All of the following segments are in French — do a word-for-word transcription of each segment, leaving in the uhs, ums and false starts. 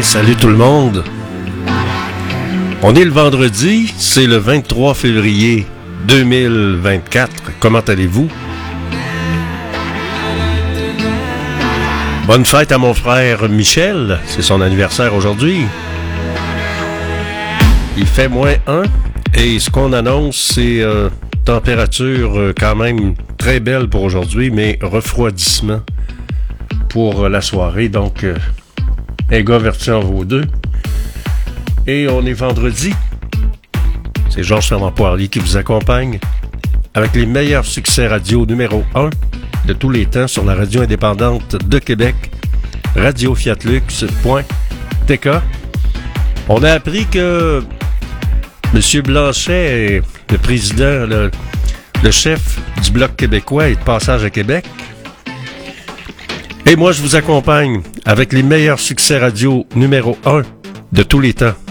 Salut tout le monde. On est le vendredi, c'est le vingt-trois février deux mille vingt-quatre. Comment allez-vous? Bonne fête à mon frère Michel, c'est son anniversaire aujourd'hui. Il fait moins un et ce qu'on annonce, c'est euh, température euh, quand même très belle pour aujourd'hui, mais refroidissement pour euh, la soirée. Donc, euh, un gars vertu en vaut deux. Et on est vendredi. C'est Georges Fernand Poirier qui vous accompagne avec les meilleurs succès radio numéro un de tous les temps sur la radio indépendante de Québec, radio fiat lux point t k. On a appris que M. Blanchet, le président, le, le chef du Bloc québécois, est de passage à Québec. Et moi, je vous accompagne avec les meilleurs succès radio numéro un de tous les temps.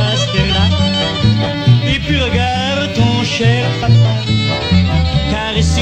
Cher papa, caresse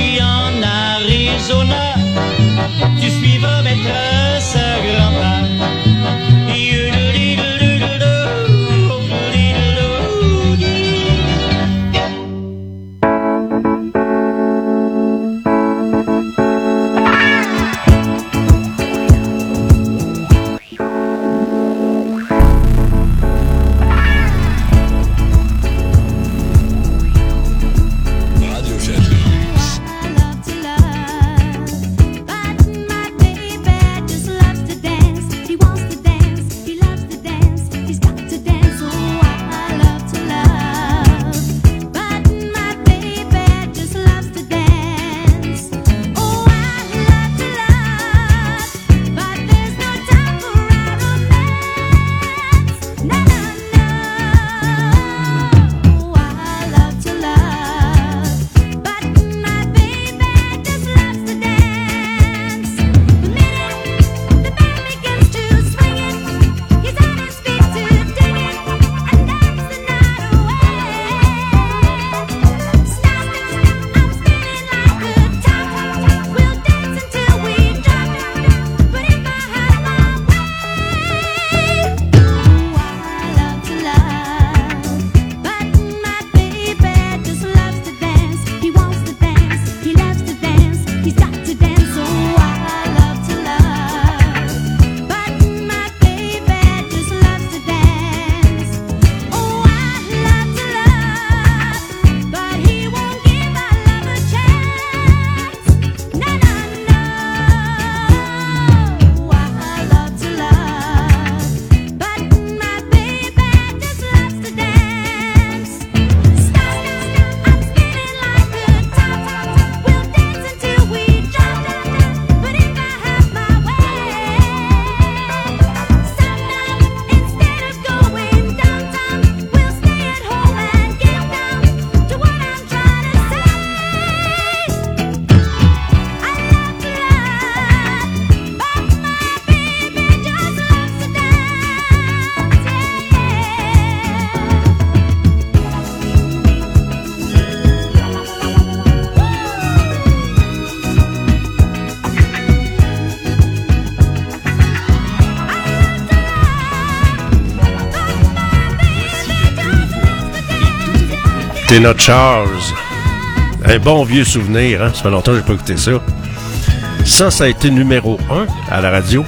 Tina Charles. Un bon vieux souvenir, hein? Ça fait longtemps que j'ai pas écouté ça. Ça, ça a été numéro un à la radio.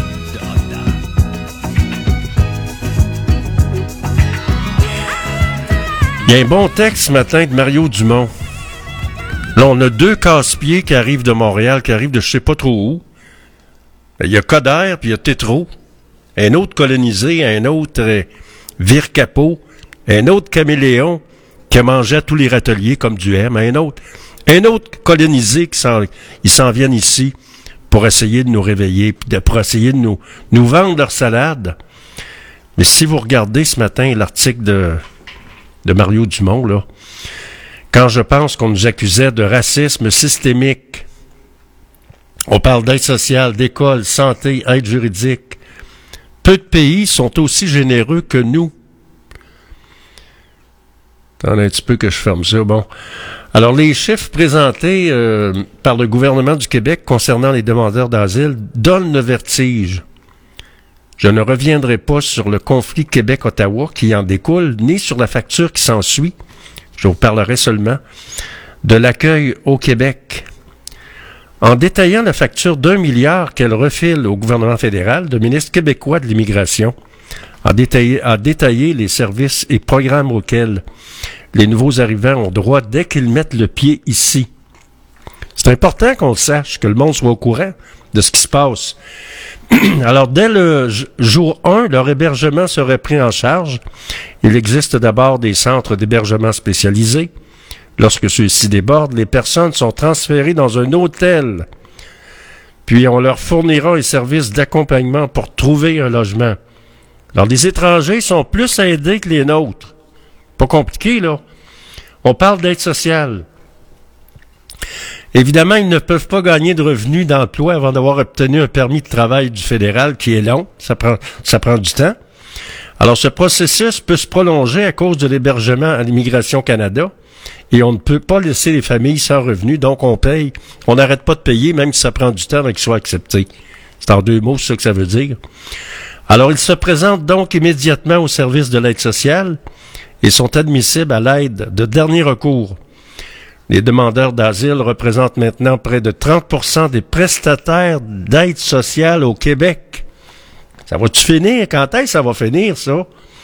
Il y a un bon texte ce matin de Mario Dumont. Là, on a deux casse-pieds qui arrivent de Montréal, qui arrivent de je sais pas trop où. Il y a Coder, puis il y a Tétro. Un autre colonisé, un autre euh, Vire-Capot, un autre caméléon qui mangeait tous les râteliers comme du M, un autre. Un autre colonisé qui s'en, ils s'en viennent ici pour essayer de nous réveiller, puis de, pour essayer de nous, nous vendre leur salade. Mais si vous regardez ce matin l'article de, de Mario Dumont, là, quand je pense qu'on nous accusait de racisme systémique, on parle d'aide sociale, d'école, santé, aide juridique. Peu de pays sont aussi généreux que nous. Attendez un petit peu que je ferme ça. Bon. Alors, les chiffres présentés euh, par le gouvernement du Québec concernant les demandeurs d'asile donnent le vertige. Je ne reviendrai pas sur le conflit Québec-Ottawa qui en découle, ni sur la facture qui s'ensuit. Je vous parlerai seulement de l'accueil au Québec. En détaillant la facture d'un milliard qu'elle refile au gouvernement fédéral, le ministre québécois de l'Immigration a détaillé, a détaillé les services et programmes auxquels les nouveaux arrivants ont droit dès qu'ils mettent le pied ici. C'est important qu'on le sache, que le monde soit au courant de ce qui se passe. Alors, dès le jour un, leur hébergement serait pris en charge. Il existe d'abord des centres d'hébergement spécialisés. Lorsque ceux-ci débordent, les personnes sont transférées dans un hôtel. Puis, on leur fournira un service d'accompagnement pour trouver un logement. Alors, les étrangers sont plus aidés que les nôtres. Pas compliqué, là. On parle d'aide sociale. Évidemment, ils ne peuvent pas gagner de revenus d'emploi avant d'avoir obtenu un permis de travail du fédéral qui est long. Ça prend, ça prend du temps. Alors, ce processus peut se prolonger à cause de l'hébergement à l'Immigration Canada et on ne peut pas laisser les familles sans revenus, donc on paye. On n'arrête pas de payer, même si ça prend du temps avant qu'ils soient acceptés. C'est en deux mots, c'est ça que ça veut dire. Alors, ils se présentent donc immédiatement au service de l'aide sociale et sont admissibles à l'aide de dernier recours. Les demandeurs d'asile représentent maintenant près de trente pour cent des prestataires d'aide sociale au Québec. Ça va-tu finir? Quand est-ce que ça va finir, ça?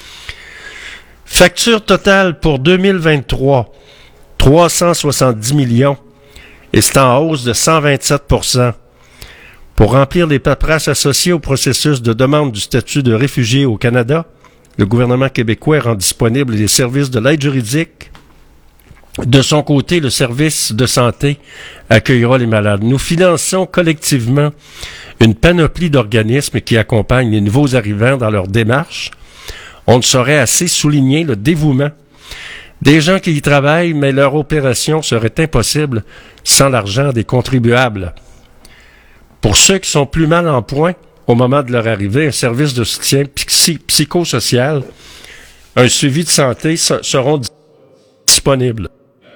Facture totale pour deux mille vingt-trois, trois cent soixante-dix millions, et c'est en hausse de cent vingt-sept pour cent. Pour remplir les paperasses associées au processus de demande du statut de réfugié au Canada, le gouvernement québécois rend disponibles les services de l'aide juridique. De son côté, le service de santé accueillera les malades. Nous finançons collectivement une panoplie d'organismes qui accompagnent les nouveaux arrivants dans leur démarche. On ne saurait assez souligner le dévouement des gens qui y travaillent, mais leur opération serait impossible sans l'argent des contribuables. Pour ceux qui sont plus mal en point au moment de leur arrivée, un service de soutien psy- psychosocial, un suivi de santé seront disponibles.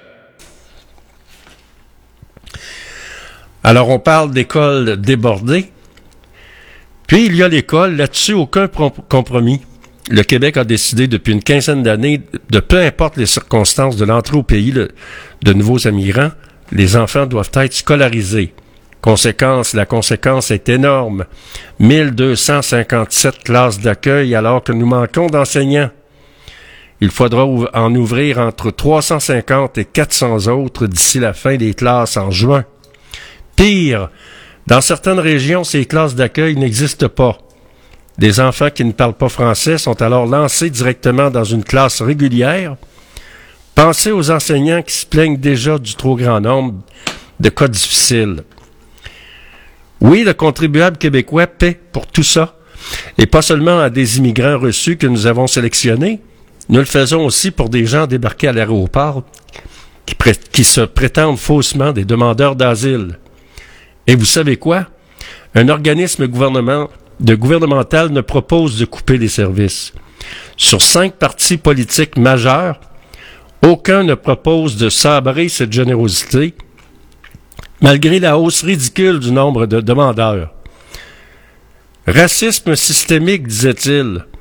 Alors, on parle d'écoles débordées. Puis, il y a l'école. Là-dessus, aucun compromis. Le Québec a décidé depuis une quinzaine d'années, de peu importe les circonstances de l'entrée au pays de, de nouveaux immigrants, les enfants doivent être scolarisés. Conséquence, la conséquence est énorme. mille deux cent cinquante-sept classes d'accueil alors que nous manquons d'enseignants. Il faudra en ouvrir entre trois cent cinquante et quatre cents autres d'ici la fin des classes en juin. Pire, dans certaines régions, ces classes d'accueil n'existent pas. Des enfants qui ne parlent pas français sont alors lancés directement dans une classe régulière. Pensez aux enseignants qui se plaignent déjà du trop grand nombre de cas difficiles. Oui, le contribuable québécois paie pour tout ça, et pas seulement à des immigrants reçus que nous avons sélectionnés. Nous le faisons aussi pour des gens débarqués à l'aéroport qui, pré- qui se prétendent faussement des demandeurs d'asile. Et vous savez quoi? Un organisme gouvernement, de gouvernemental ne propose de couper les services. Sur cinq partis politiques majeurs, aucun ne propose de sabrer cette générosité, malgré la hausse ridicule du nombre de demandeurs. Racisme systémique, disait-il.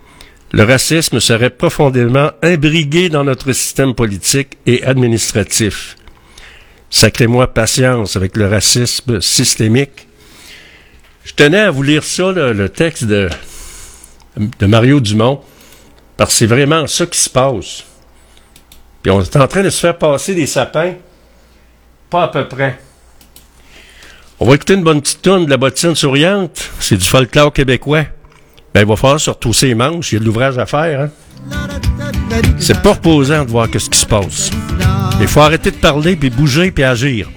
le racisme serait profondément imbrigué dans notre système politique et administratif. Sacrez-moi patience avec le racisme systémique. Je tenais à vous lire ça, là, le texte de, de Mario Dumont, parce que c'est vraiment ça qui se passe. Puis on est en train de se faire passer des sapins, pas à peu près. On va écouter une bonne petite tourne de la bottine souriante. C'est du folklore québécois. Ben, il va falloir se retrousser les manches. Il y a de l'ouvrage à faire, hein. C'est pas reposant de voir ce qui se passe. Il faut arrêter de parler, puis bouger, puis agir.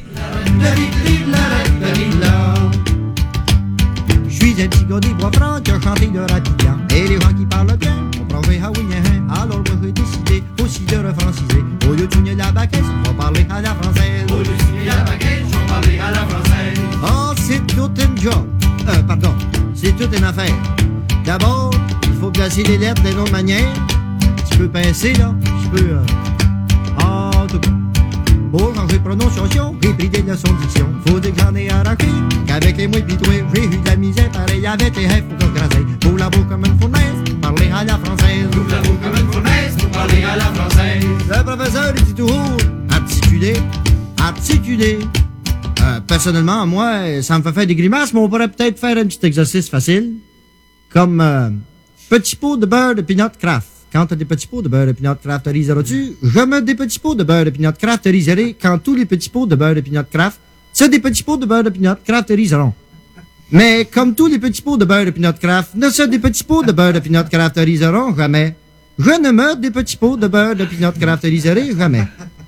Je suis un petit gars des bois francs qui a chanté de rapidian. Et les gens qui parlent bien, on prend un haouïen. Alors moi j'ai décidé aussi de refranciser. Au lieu de signer la baguette, on va parler à la française. Au lieu de signer la baguette, on va parler à la française. Oh, c'est tout une job. Euh, pardon, c'est toute une affaire. D'abord, il faut placer les lettres d'une autre manière. Tu peux pincer, là. Je peux... Euh... Ah, tout cas. Pour changer de prononciation, j'ai pris des leçons de diction. Faut dire que j'en ai arraché, qu'avec les mouilles pis toi, j'ai eu de la misère pareil avec les rêves, faut que je grasse. Pour la bouche comme une fournaise, parler à la française. Pour la bouche comme une fournaise, pour parler à la française. Le professeur, il dit toujours, articuler, articuler. Euh, personnellement, moi, ça me fait faire des grimaces, mais on pourrait peut-être faire un petit exercice facile. Comme, euh, petit pot de beurre de peanut craft. Quand t'as des petits pots de beurre de peanut crafteriseras-tu? Je mets des petits pots de beurre de peanut crafteriserai quand tous les petits pots de beurre de peanut craft, c'est des petits pots de beurre de peanut crafteriseront. Mais comme tous les petits pots de beurre de peanut craft ne sont des petits pots de beurre de peanut crafteriseront jamais, je ne mets des petits pots de beurre de peanut crafteriserai jamais.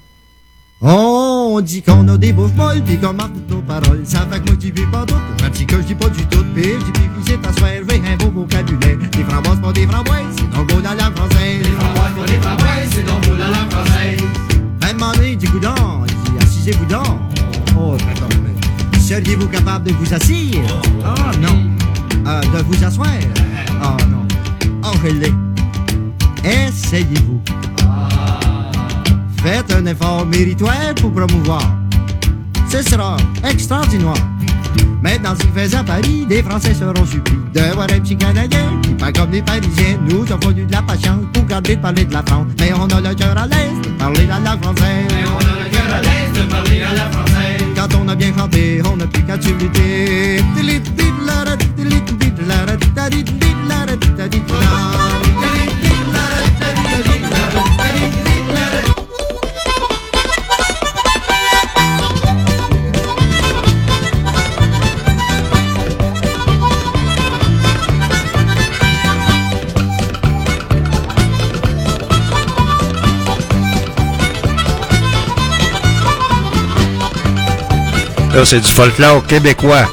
Oh, on dit qu'on a des bouches molles pis qu'on marque nos paroles. Ça fait que moi j'y vis pas tout. Je dis que je dis pas du tout. Pis je dis pis c'est t'asseoir, j'ai un beau vocabulaire. Des framboises pas des framboises, c'est donc beau dans la française. Des framboises pas des framboises, c'est donc beau dans la française. Un moment donné, il dit goudon, il dit assisez-vous donc. Oh, pardon, mais seriez-vous capable de vous asseoir? Ah, non. Euh, de vous asseoir? Ah, non. Oh, je l'ai. Essayez-vous. Faites un effort méritoire pour promouvoir. Ce sera extraordinaire. Maintenant, s'il faisait à Paris, des Français seront surpris de voir un petit Canadien qui parle comme les Parisiens. Nous avons fallu de la patience pour garder de parler de la France. Mais on a le cœur à l'aise de parler à la française. Mais on a le cœur à l'aise de parler à la française. Quand on a bien chanté, on n'a plus qu'à t'imiter. Là, c'est du folklore québécois.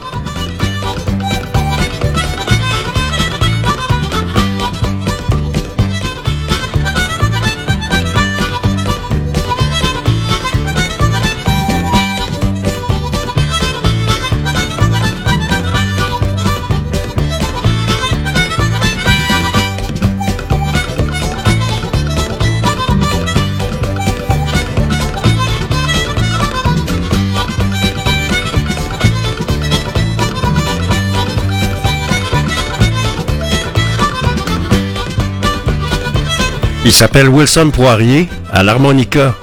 Il s'appelle Wilson Poirier à l'harmonica.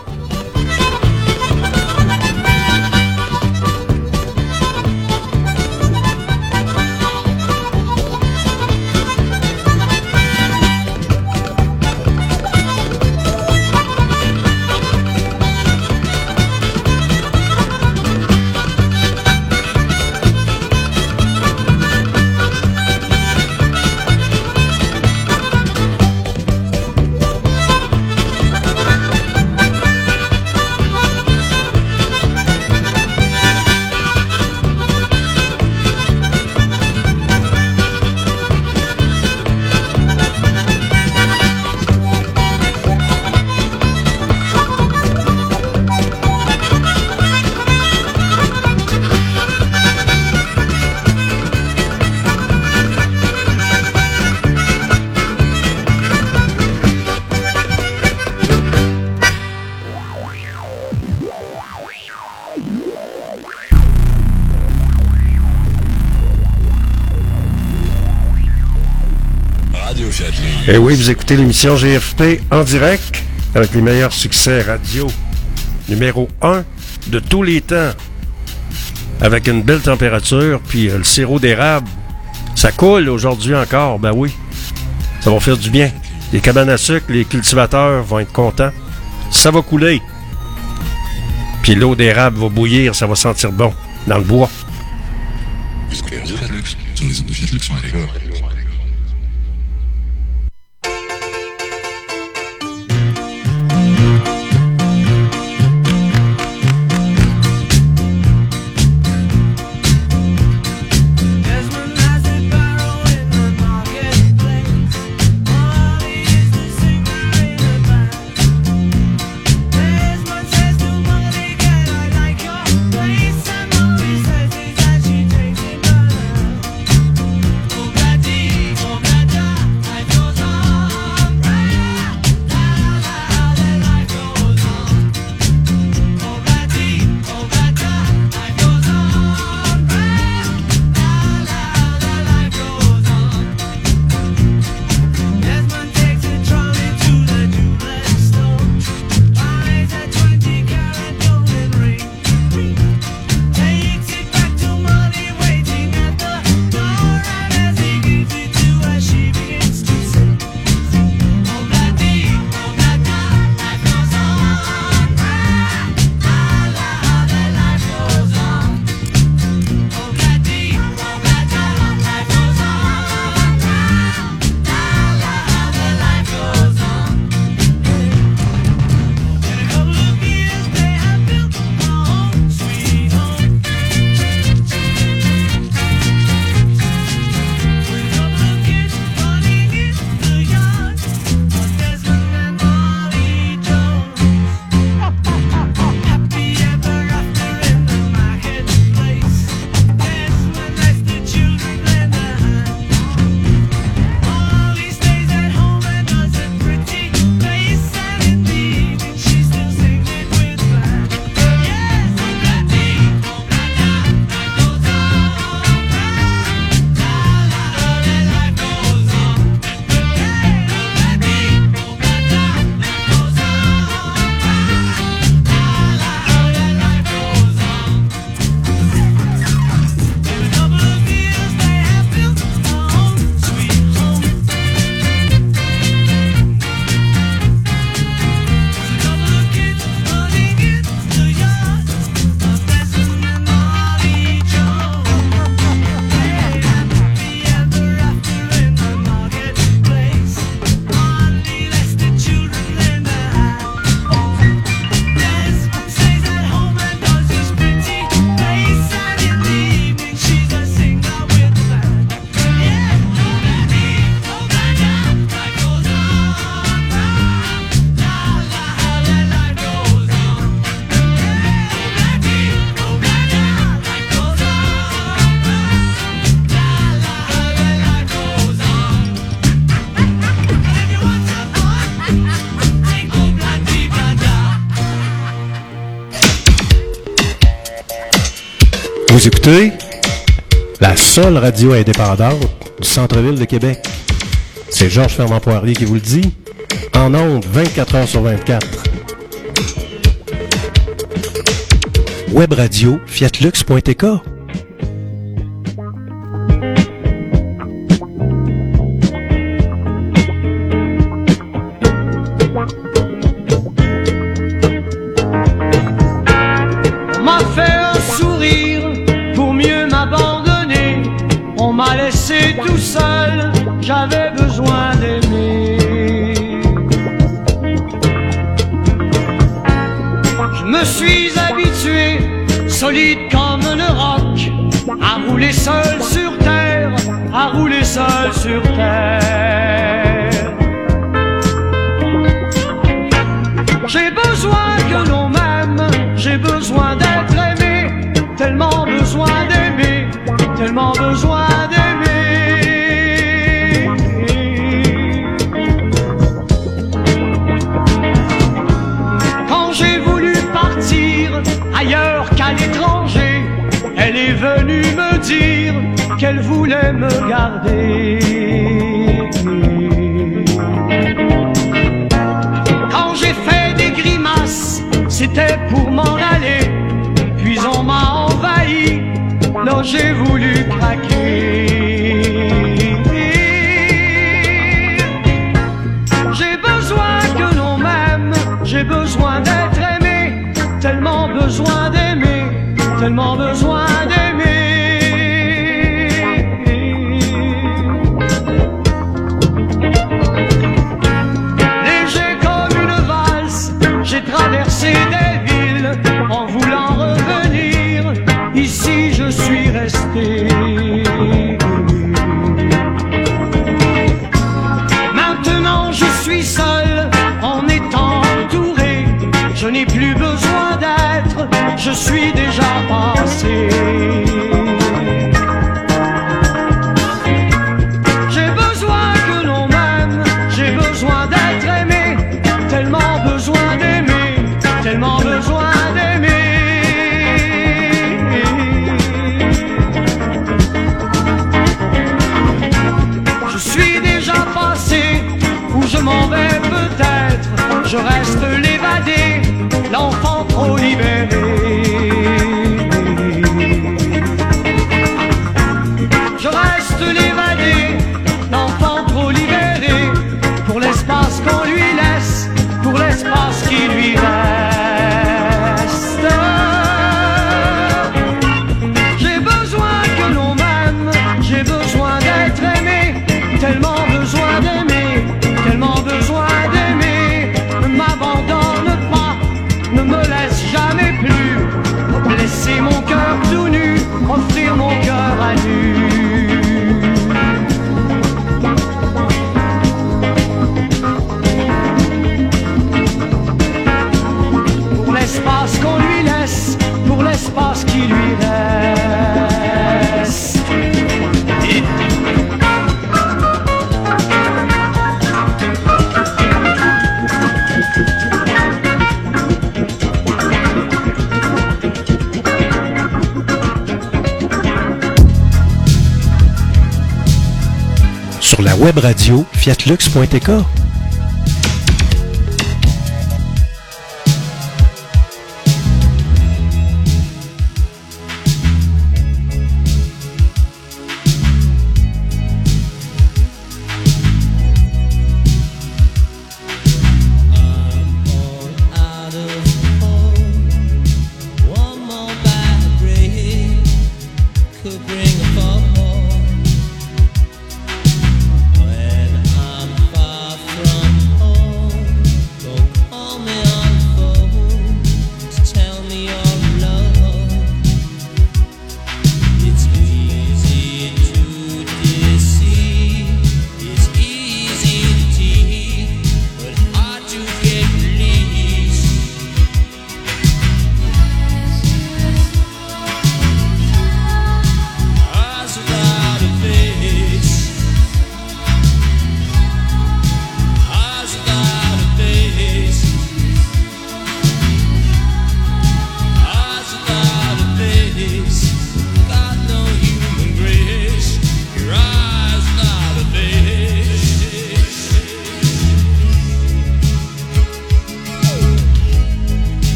Et oui, vous écoutez l'émission G F P en direct avec les meilleurs succès radio numéro un de tous les temps. Avec une belle température, puis euh, le sirop d'érable, ça coule aujourd'hui encore, ben oui. Ça va faire du bien. Les cabanes à sucre, les cultivateurs vont être contents. Ça va couler. Puis l'eau d'érable va bouillir, ça va sentir bon dans le bois. Vous écoutez la seule radio indépendante du centre-ville de Québec. C'est Georges Fernand Poirier qui vous le dit, en ondes vingt-quatre heures sur vingt-quatre. Web radio fiatlux point t k. Tout seul, j'avais besoin d'aimer. Je me suis habitué, solide comme le roc, à rouler seul sur terre, à rouler seul sur terre. J'ai besoin que l'on m'aime, j'ai besoin d'être aimé, tellement besoin d'aimer, tellement besoin d'aimer. Ailleurs qu'à l'étranger, elle est venue me dire qu'elle voulait me garder. c'était pour m'en aller, puis on m'a envahi, là j'ai voulu craquer. J'ai besoin que l'on m'aime, j'ai besoin d'être aimé, tellement besoin d'aimer, tellement besoin d'aimer. Léger comme une valse, j'ai traversé des villes en voulant revenir, ici je suis resté. Maintenant je suis seul en étant entouré, je n'ai plus besoin d'être, je suis déjà passé. J'ai besoin que l'on m'aime, j'ai besoin d'être aimé, tellement besoin d'aimer, tellement besoin d'aimer. Je suis déjà passé, où je m'en vais peut-être, je reste l'évadé, l'enfant trop libéré. Je reste l'évadé, l'enfant trop libéré, pour l'espace qu'on lui laisse, pour l'espace qui lui reste. J'ai besoin que l'on m'aime, j'ai besoin d'être aimé, tellement besoin d'aimer, tellement besoin d'aimer. Ne m'abandonne pas, ne me laisse jamais plus, blesser mon cœur tout nu, offrir mon cœur à nu. Pour l'espace qu'on lui laisse, pour l'espace qui lui reste. Et sur la web radio fiatlux point t k.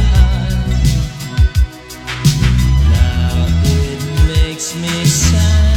Makes me sad.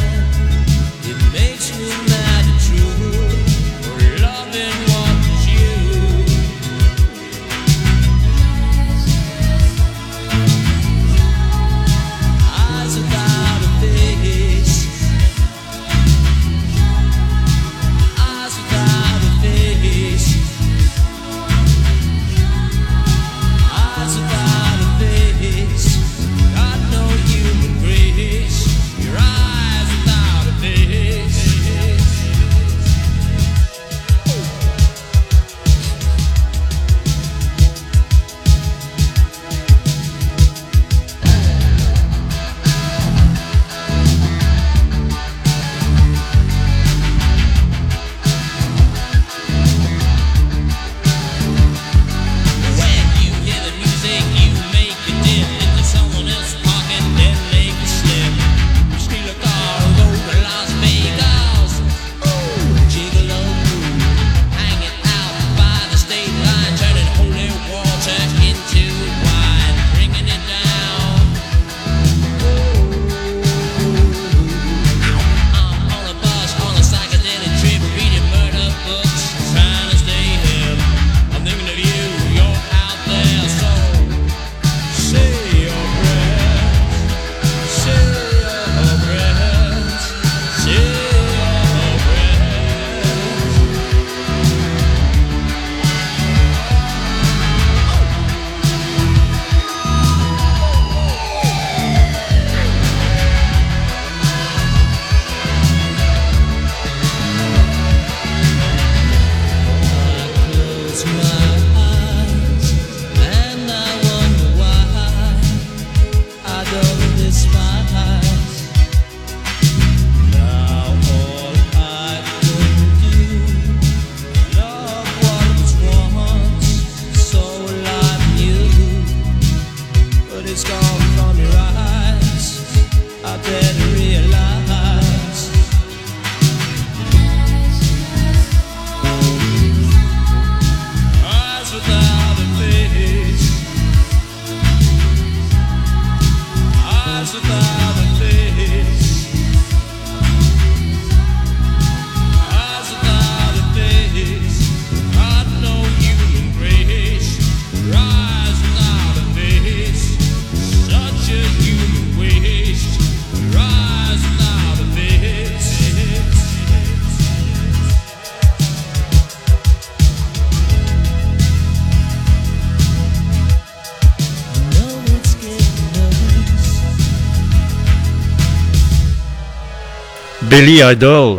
Billy Idol.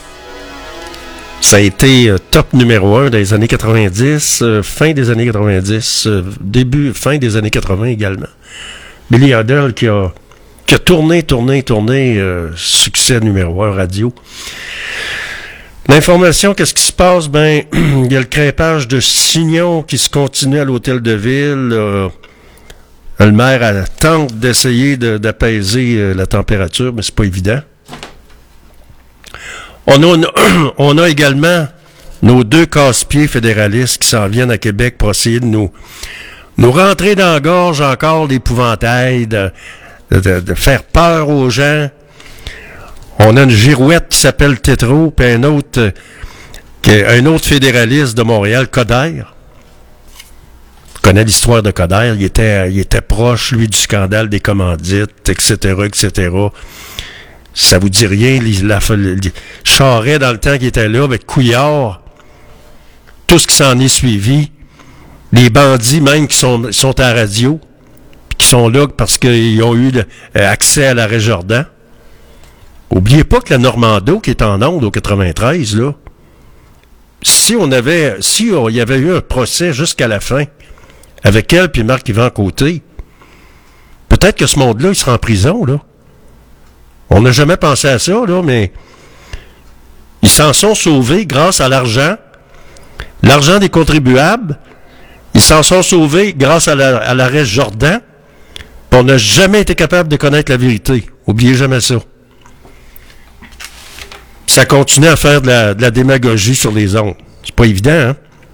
Ça a été euh, top numéro un dans les années quatre-vingt-dix, euh, fin des années quatre-vingt-dix, euh, début, fin des années quatre-vingts également. Billy Idol qui a, qui a tourné, tourné, tourné, euh, succès numéro un radio. L'information, qu'est-ce qui se passe? Ben, il y a le crêpage de signons qui se continue à l'hôtel de ville. Euh, le maire a, tente d'essayer de, d'apaiser euh, la température, mais c'est pas évident. On a, on a également nos deux casse-pieds fédéralistes qui s'en viennent à Québec pour essayer de nous, nous rentrer dans la gorge encore l'épouvantail, de, de, de faire peur aux gens. On a une girouette qui s'appelle Tétro, puis un autre, euh, qui est un autre fédéraliste de Montréal, Coder. On connaît l'histoire de Coder. Il était, il était proche, lui, du scandale des commandites, et cetera, et cetera. Ça vous dit rien, la, la, la, Charest, dans le temps qu'il était là, avec Couillard, tout ce qui s'en est suivi, les bandits même qui sont, sont à la radio, qui sont là parce qu'ils ont eu le, euh, accès à l'arrêt Jordan. Oubliez pas que la Normando, qui est en onde au quatre-vingt-treize, là, si on avait, si il y avait eu un procès jusqu'à la fin, avec elle puis Marc-Yvan Côté, peut-être que ce monde-là, il sera en prison, là. On n'a jamais pensé à ça, là, mais ils s'en sont sauvés grâce à l'argent, l'argent des contribuables. Ils s'en sont sauvés grâce à, la, à l'arrêt Jordan. On n'a jamais été capable de connaître la vérité. Oubliez jamais ça. Ça continue à faire de la, de la démagogie sur les ondes. C'est pas évident, hein?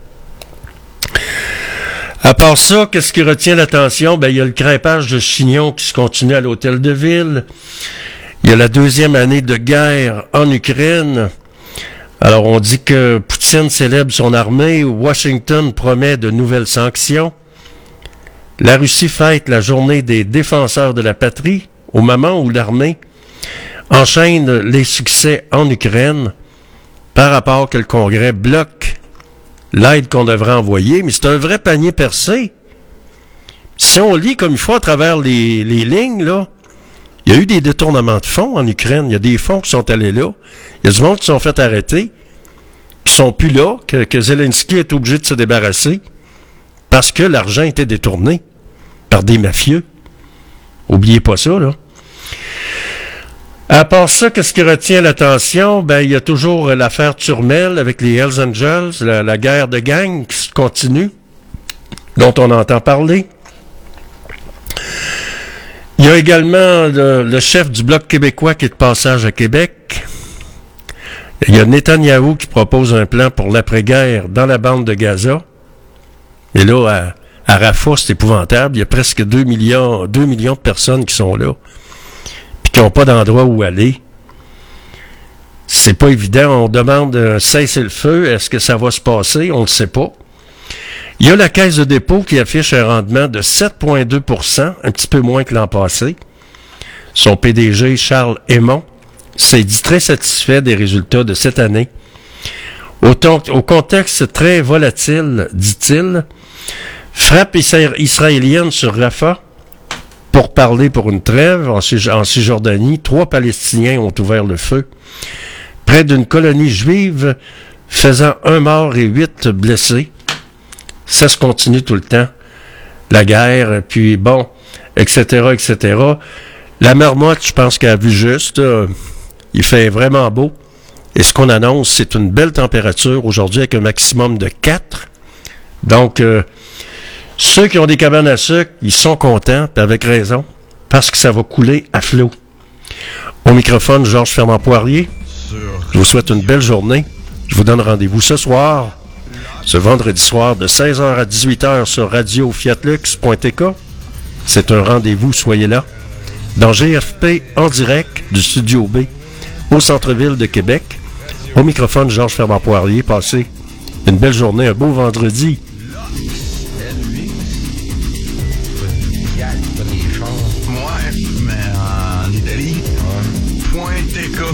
À part ça, qu'est-ce qui retient l'attention? Ben, il y a le crêpage de chignons qui se continue à l'hôtel de ville. Il y a la deuxième année de guerre en Ukraine. Alors, on dit que Poutine célèbre son armée. Washington promet de nouvelles sanctions. La Russie fête la journée des défenseurs de la patrie au moment où l'armée enchaîne les succès en Ukraine par rapport que le Congrès bloque l'aide qu'on devrait envoyer. Mais c'est un vrai panier percé. Si on lit comme il faut à travers les, les lignes, là, il y a eu des détournements de fonds en Ukraine. Il y a des fonds qui sont allés là. Il y a du monde qui sont fait arrêter, qui sont plus là, que, que Zelensky est obligé de se débarrasser parce que l'argent était détourné par des mafieux. Oubliez pas ça, là. À part ça, qu'est-ce qui retient l'attention? Ben, il y a toujours l'affaire Turmel avec les Hells Angels, la, la guerre de gang qui se continue, dont on entend parler. Il y a également le, le chef du Bloc québécois qui est de passage à Québec. Il y a Netanyahou qui propose un plan pour l'après-guerre dans la bande de Gaza. Et là, à, à Rafah, c'est épouvantable. Il y a presque deux millions, deux millions de personnes qui sont là, puis qui n'ont pas d'endroit où aller. C'est pas évident. On demande un cessez-le-feu. Est-ce que ça va se passer? On ne le sait pas. Il y a la Caisse de dépôt qui affiche un rendement de sept virgule deux pour cent, un petit peu moins que l'an passé. Son P D G, Charles Hémon, s'est dit très satisfait des résultats de cette année. Au, ton, au contexte très volatile, dit-il, frappe israélienne sur Rafah pour parler pour une trêve en, en Cisjordanie. Trois Palestiniens ont ouvert le feu près d'une colonie juive, faisant un mort et huit blessés. Ça se continue tout le temps. La guerre, puis bon, et cetera, et cetera. La marmotte, je pense qu'elle a vu juste. Euh, il fait vraiment beau. Et ce qu'on annonce, c'est une belle température aujourd'hui avec un maximum de quatre. Donc, euh, ceux qui ont des cabanes à sucre, ils sont contents, puis avec raison, parce que ça va couler à flot. Au microphone, Georges Fernand-Poirier. Je vous souhaite une belle journée. Je vous donne rendez-vous ce soir, ce vendredi soir, de seize heures à dix-huit heures sur radio fiat lux point t k. C'est un rendez-vous, soyez là, dans G F P en direct du Studio B, au centre-ville de Québec. Au microphone, Georges Fernand-Poirier. Passez une belle journée, un beau vendredi. Ouais, mais en Italie, point T K.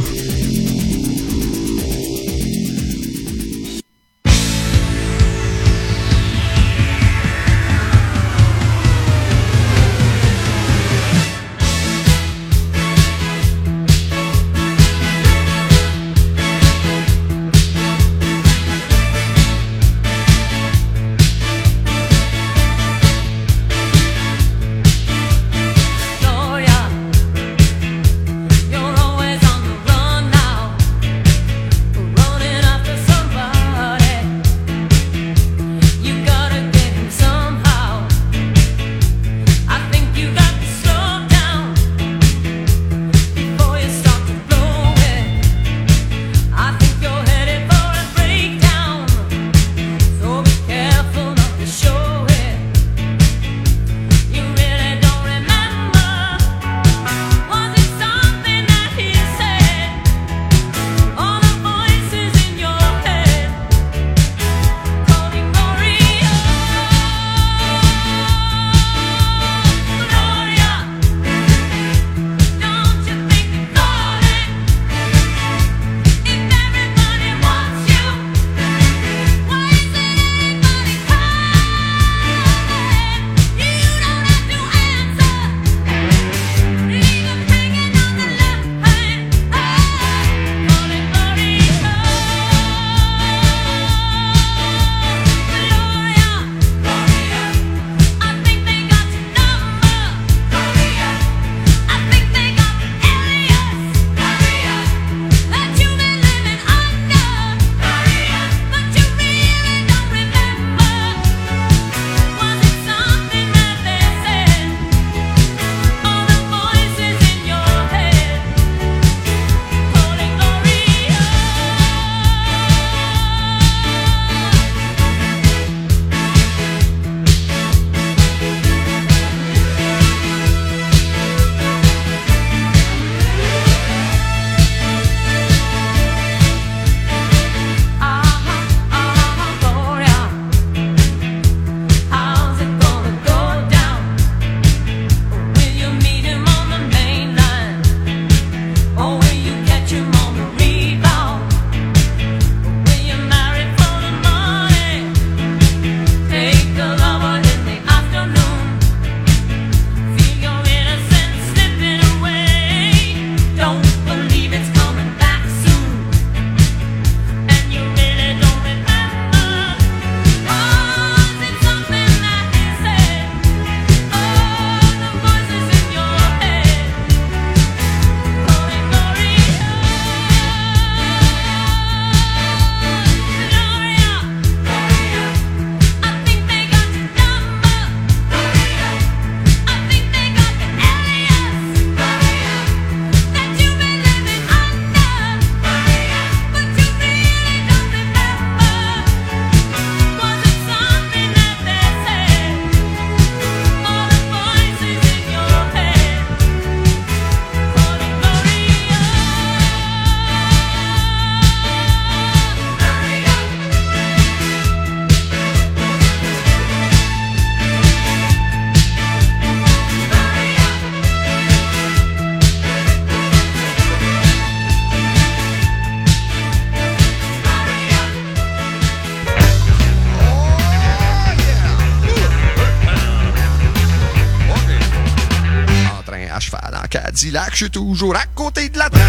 Cadillac, je suis toujours à côté de la traque.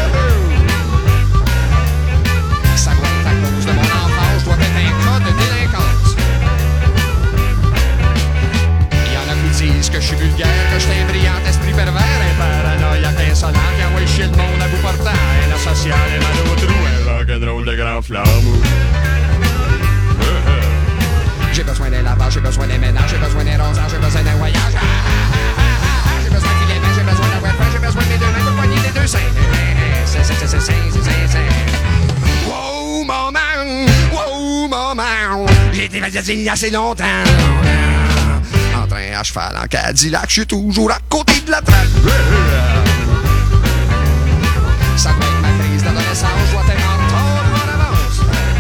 Ça doit être à cause de mon enfance, je dois être un cas de délinquance. Il y en a qui disent que je suis vulgaire, que je suis un brillant esprit pervers, un paranoïaque insolent qui envoie chier le monde à bout portant, un asocial, un mal au trou, un rock'n'roll de grand flambeau. J'ai besoin d'un lavage, j'ai besoin d'un ménage, j'ai besoin d'un rosage, j'ai besoin d'un voyage. Ah, ah, ah, ah, ah, j'ai besoin de filet, j'ai besoin d'un webfan, j'ai besoin de mes deux mains pour poigner les deux seins. C'est, c'est, c'est, c'est, c'est, c'est, c'est. Wow, maman, wow, maman, j'ai été magnétisé il y a assez longtemps. En train à cheval, en Cadillac, je suis toujours à côté de la traque. Ça doit être ma crise d'adolescence, je dois être en retard ou en avance.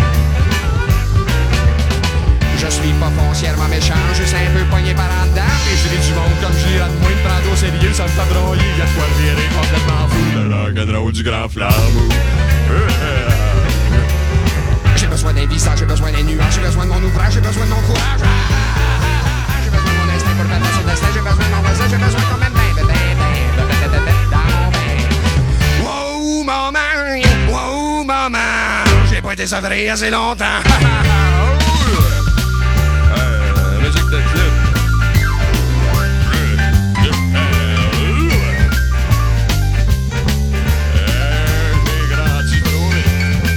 Je suis pas foncièrement méchant, juste un peu pogné par en dedans. Et je ris du monde comme je lirai de moins de prendre au sérieux, ça me fait broyer. Y'a de quoi virer complètement fou, le rock'n'roll du grand flambeau. J'ai besoin d'un visage, j'ai besoin des nuages, j'ai besoin de mon ouvrage, j'ai besoin de mon courage. J'ai besoin de mon instinct pour faire son destin, j'ai besoin de mon voisin, j'ai besoin quand même d'un bébé, bébé, bébé, dans mon bain. Wow, maman, wow, maman, j'ai pas été sevré assez longtemps. Musique de club. J'ai grandi trop vite.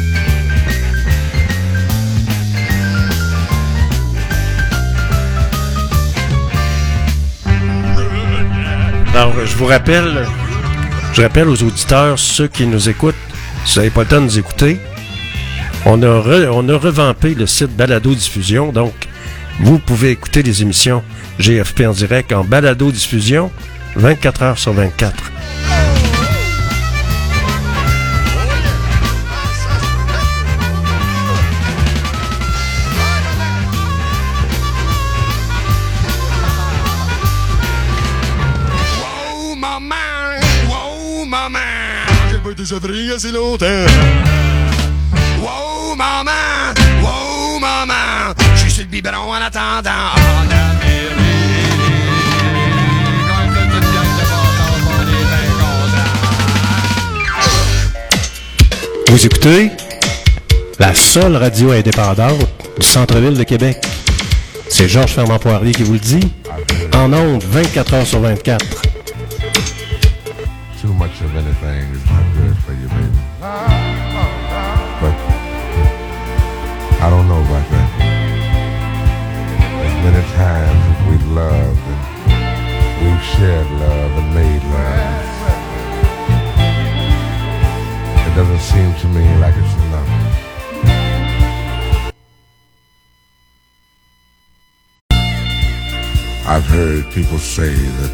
Alors, je vous rappelle, je rappelle aux auditeurs, ceux qui nous écoutent, si vous n'avez pas le temps de nous écouter, on a, re, on a revampé le site Balado Diffusion, donc vous pouvez écouter les émissions G F P en direct en balado-diffusion vingt-quatre heures sur vingt-quatre. Wow, maman! Wow, maman! J'ai pas été sevré assez longtemps. Wow, maman! Wow, maman! Je suis sur le biberon en attendant. En Amérique, quand une petite gang de bâtards, on est bien contents. Vous écoutez la seule radio indépendante du centre-ville de Québec. C'est Georges Fernand-Poirier qui vous le dit. En ondes, vingt-quatre heures sur vingt-quatre. Too much of anything is not good for you, baby. But I don't know about that. As many times as we've loved and we've shared love and made love, it doesn't seem to me like it's enough. I've heard people say that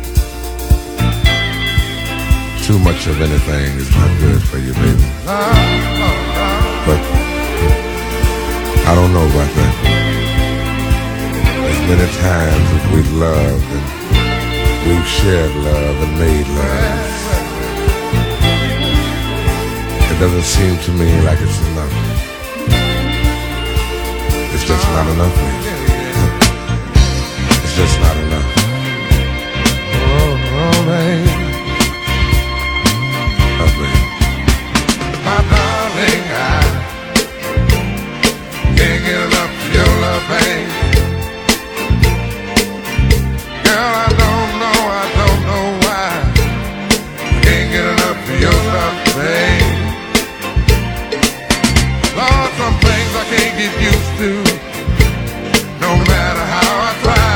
too much of anything is not good for you, baby. But I don't know about that. As many times as we've loved and we've shared love and made love, it doesn't seem to me like it's enough. It's just not enough, baby. It's just not enough. Oh, oh, baby. Oh, baby. My darling, I can't get enough of your love, babe. Girl, I don't know, I don't know why. Can't get enough of your love, babe. Lord, some things I can't get used to, no matter how I try.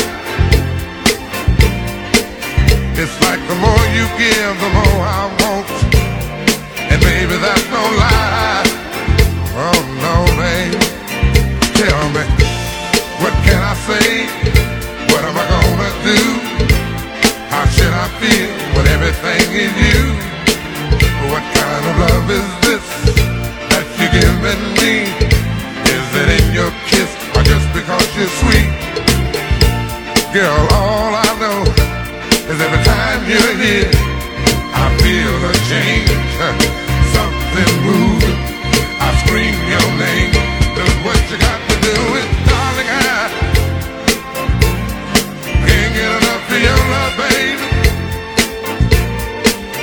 It's like the more you give, the more I want. And baby, that's no lie. Oh no, babe. Tell me, what can I say? What am I gonna do? How should I feel with everything in you? What kind of love is this that you're giving me? Is it in your kiss or just because you're sweet? Girl, all I know is every time you're here, I feel a change, something moving. I scream your name. Look what you got to do is, darling, I can't get enough of your love, baby.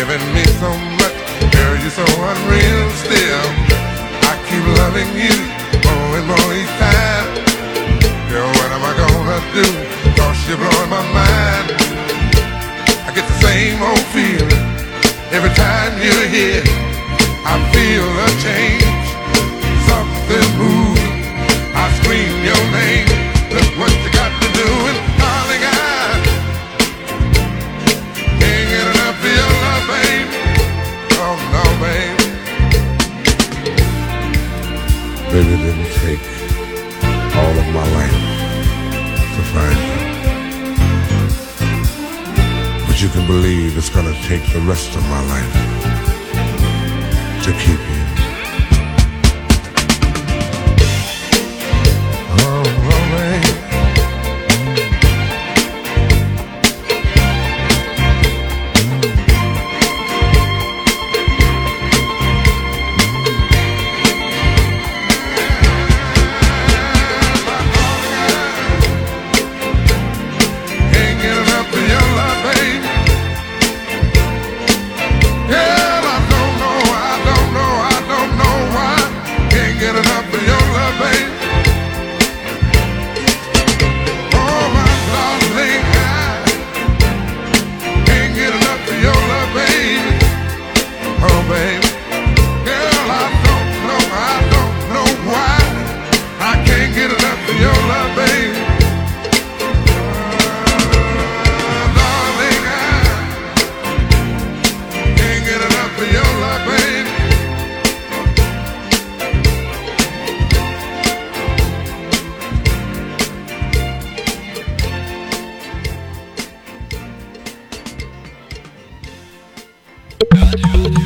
giving me so much. Girl, you're so unreal still. I keep loving you more and more each time. Girl, what am I gonna do? Cause you're blowing my mind. I get the same old feeling every time you're here. I feel a change, something moves. I scream your name. Look what you got to do, and darling, I can't get enough of your love, babe. Oh no, babe. Baby, it didn't take all of my life to find you, but you can believe it's gonna take the rest of my life to keep you. Radio, radio.